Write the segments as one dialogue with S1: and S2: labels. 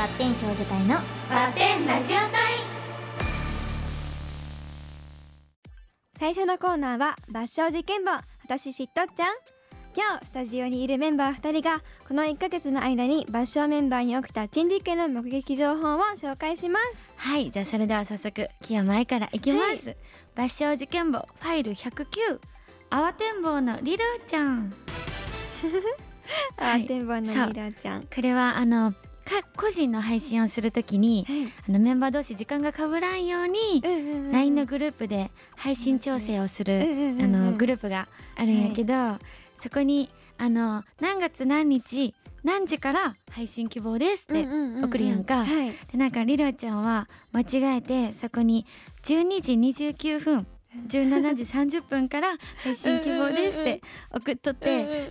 S1: バッテン少女隊の
S2: バッテンラジオ隊。
S3: 最初のコーナーは抜笑事件簿。私しっとっちゃん。今日スタジオにいるメンバー2人がこの1ヶ月の間に抜笑メンバーに起きた珍事件の目撃情報を紹介します。
S2: はい、じゃあそれでは早速キヨ前からいきます、抜笑事件簿ファイル109、慌てんぼうのリラちゃん
S3: 慌てんぼうのリラちゃん、
S2: これは個人の配信をするときに、メンバー同士時間が被らんように、LINE のグループで配信調整をする、グループがあるんやけど、そこに何月何日何時から配信希望ですって送るやんか。でなんかリラちゃんは間違えてそこに12時29分17時30分から配信希望ですって送っとって、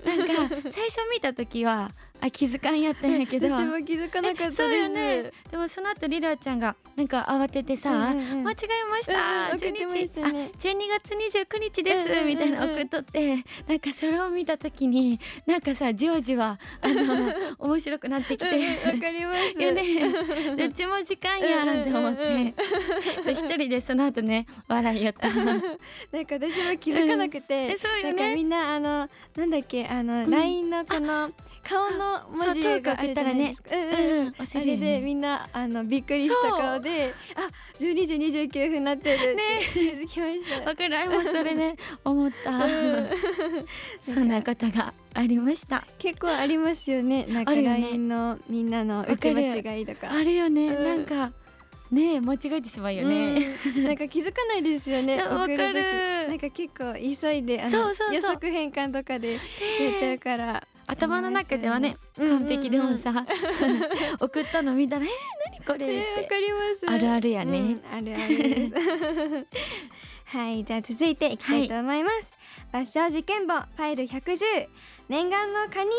S2: なんか最初見た時は気づかんやったんやけど
S3: 私も気づかなかったです。
S2: そうよね。でもその後リラちゃんがなんか慌ててさ、間違えました、12月29日ですみたいな送っとって、なんかそれを見た時になんかさじわじわ面白くなってきて
S3: わかります
S2: よね。どっちも時間やんって思ってそう一人でその後ね笑いよった
S3: なんか私も気づかなくて、
S2: そうよね。
S3: なんかみんななんだっけLINE のこの顔の文字があるじゃないですか。あれでみんなびっくりした顔で、12時29分になってるって気づきました。
S2: わかる、あいもそれね思ったそんなことがありました。
S3: 結構ありますよね。なんか LINE のみんなの打ち間違いとか
S2: あるよね。なんかね間違えてしまうよね。
S3: なんか気づかないですよね。
S2: わかる。
S3: なんか結構急いで予測変換とかでやっちゃうから。
S2: 頭の中ではね完璧でもさ送ったの見たら何これって
S3: わかります。
S2: あるあるやね。
S3: あるあるですはい、じゃあ続いていきたいと思います。抜笑事件簿ファイル110、念願のカニ。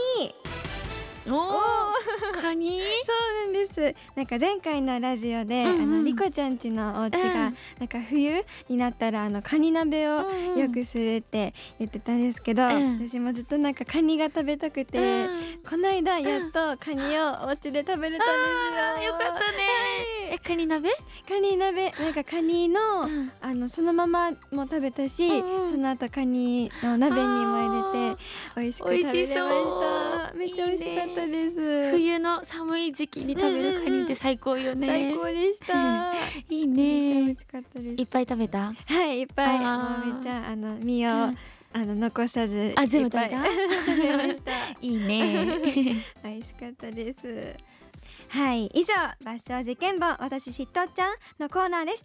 S2: カニ
S3: そうなんです。なんか前回のラジオでリコちゃん家のお家がなんか冬になったらカニ鍋をよくするって言ってたんですけど、私もずっとなんかカニが食べたくて、この間やっとカニをお家で食べれたんですよ。
S2: よかったね。カニ鍋
S3: なんかカニのそのままも食べたし、その後カニの鍋にも入れて美味しく食べれました。めっちゃ美味しかったです。
S2: 冬の寒い時期に食べるカニって最高よね。
S3: 最高でした
S2: いいね。
S3: めっちゃ美味しかったです。
S2: いっぱい食べた？
S3: はい、いっぱい。めっちゃ身を残さず
S2: 全部食べた？
S3: 食べました。
S2: いいね。
S3: 美味しかったです。はい、以上抜笑事件簿私しっとっちゃんのコーナーでした。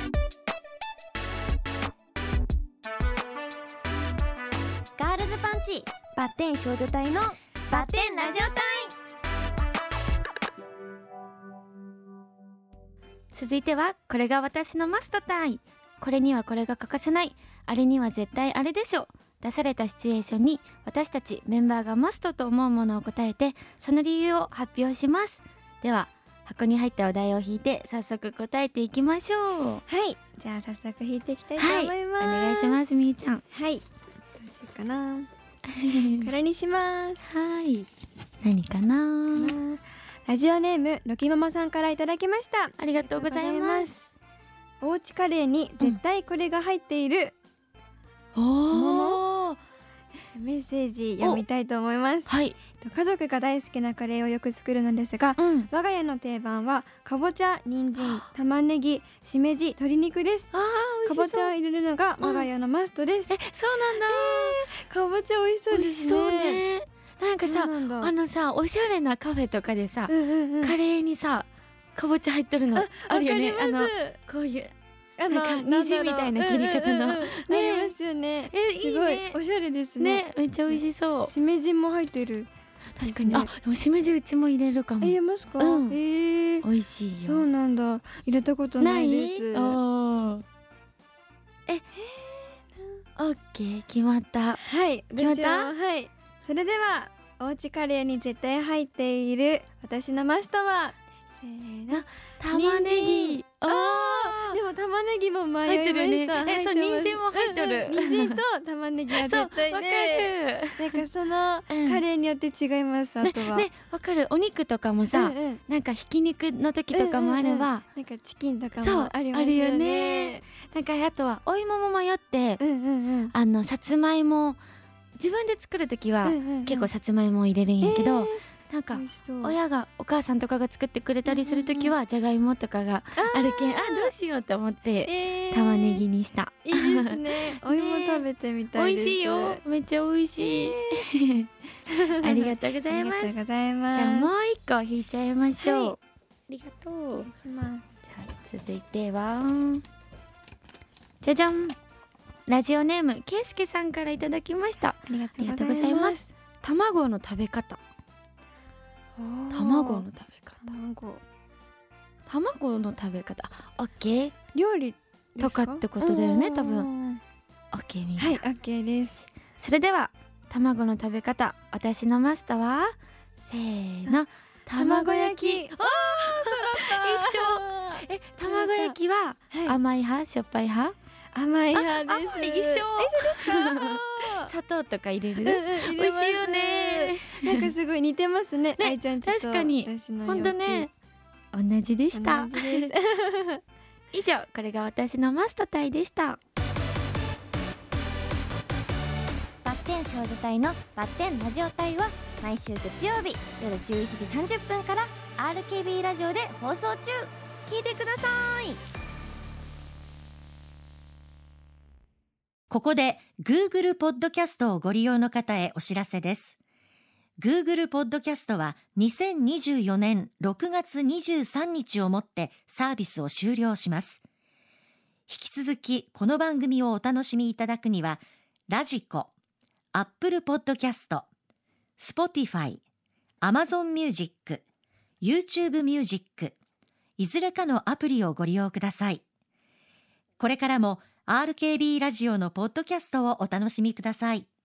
S1: ガールズパンチ
S3: バッテン少女隊の
S1: バッテンラジオ隊。
S2: 続いてはこれが私のマストタイ。これにはこれが欠かせない、あれには絶対あれでしょ。出されたシチュエーションに私たちメンバーがマストと思うものを答えて、その理由を発表します。では箱に入ったお題を引いて早速答えていきましょう。
S3: はい、じゃあ早速引いていきたいと思います。
S2: お願いします。みーちゃん。
S3: はい、どうしようかなこれにします。
S2: はい、何かな。
S3: ラジオネームロキママさんからいただきました。
S2: ありがとうございます。
S3: おうちカレーに絶対これが入っているメッセージ読みたいと思います。
S2: はい。
S3: 家族が大好きなカレーをよく作るのですが、我が家の定番はかぼちゃ、人参、玉ねぎ、しめじ、鶏肉です。かぼちゃを入れるのが我が家のマストです。
S2: そうなんだ。
S3: かぼちゃ美味しそうですね。
S2: なんかさ、おしゃれなカフェとかでさ、カレーにさかぼちゃ入ってるのあるよね。こういうなんか虹みたいな切り方の
S3: ありますよね。すごいおしゃれですね。
S2: めっちゃ美味しそう。
S3: しめじも入ってる。
S2: 確かに。でもしめじうちも入れるかも。
S3: 入れますか？
S2: 美味しいよ。
S3: そうなんだ。入れたことないです。
S2: オッケー、決まった。
S3: はい、
S2: 決まった。
S3: はい。それではおうちカレーに絶対入っている私のマストはせーの、
S2: 玉ねぎ。
S3: でも玉ねぎも迷いました。
S2: 入ってるね。そう、
S3: 入ってます
S2: 人参も入ってる。
S3: 人参と玉ねぎは絶対
S2: わか
S3: ね。
S2: る。
S3: なんかそのカレーによって違います。あとは。
S2: ね、わかる。お肉とかもさ、なんかひき肉の時とかもあれば、
S3: なんかチキンとか
S2: そう
S3: もあります
S2: あるよ
S3: よ
S2: ね
S3: ね。
S2: なんかあとはお芋も迷って、
S3: うん
S2: さつまいも自分で作る時は結構さつまいもを入れるんやけど、なんか親がお母さんとかが作ってくれたりする時はじゃがいもとかがあるけん、どうしようと思って玉ねぎにした。
S3: いいですね。お芋食べてみたいです。
S2: 美味しいよ。めっちゃ美味しい。ありがとうございます。
S3: ありがとうございます。
S2: じゃあもう一個引いちゃいましょう。ありがとう。
S3: お願いします。
S2: じゃあ続いてはじゃじゃん。ラジオネームけいすけさんからいただきました。
S3: ありが
S2: ありがとうございます。卵の食べ方。卵の食べ方。卵の食べ方。オッケー。
S3: 料理
S2: とかってことだよね、多分。オッケー、みんな。
S3: はい、オッケーです。
S2: それでは卵の食べ方、私のマスターはせーの、卵焼き。
S3: 一緒。
S2: 卵焼きは甘い派、しょっぱい派？
S3: 甘い派です。
S2: 一緒。砂糖とか入れる？美味しいよね。
S3: なんかすごい似てますね。愛ちゃんちと
S2: 確かに。本当ね。同じでした。以上、これが私のマストタイでした。
S1: バッテン少女隊のバッテンラジオ隊は毎週月曜日夜11時30分から RKB ラジオで放送中。聞いてください。
S4: ここで Google ポッドキャストをご利用の方へお知らせです。Google ポッドキャストは2024年6月23日をもってサービスを終了します。引き続きこの番組をお楽しみいただくには、ラジコ、Apple ポッドキャスト、Spotify、Amazon Music、YouTube Music、いずれかのアプリをご利用ください。これからもRKB ラジオのポッドキャストをお楽しみください。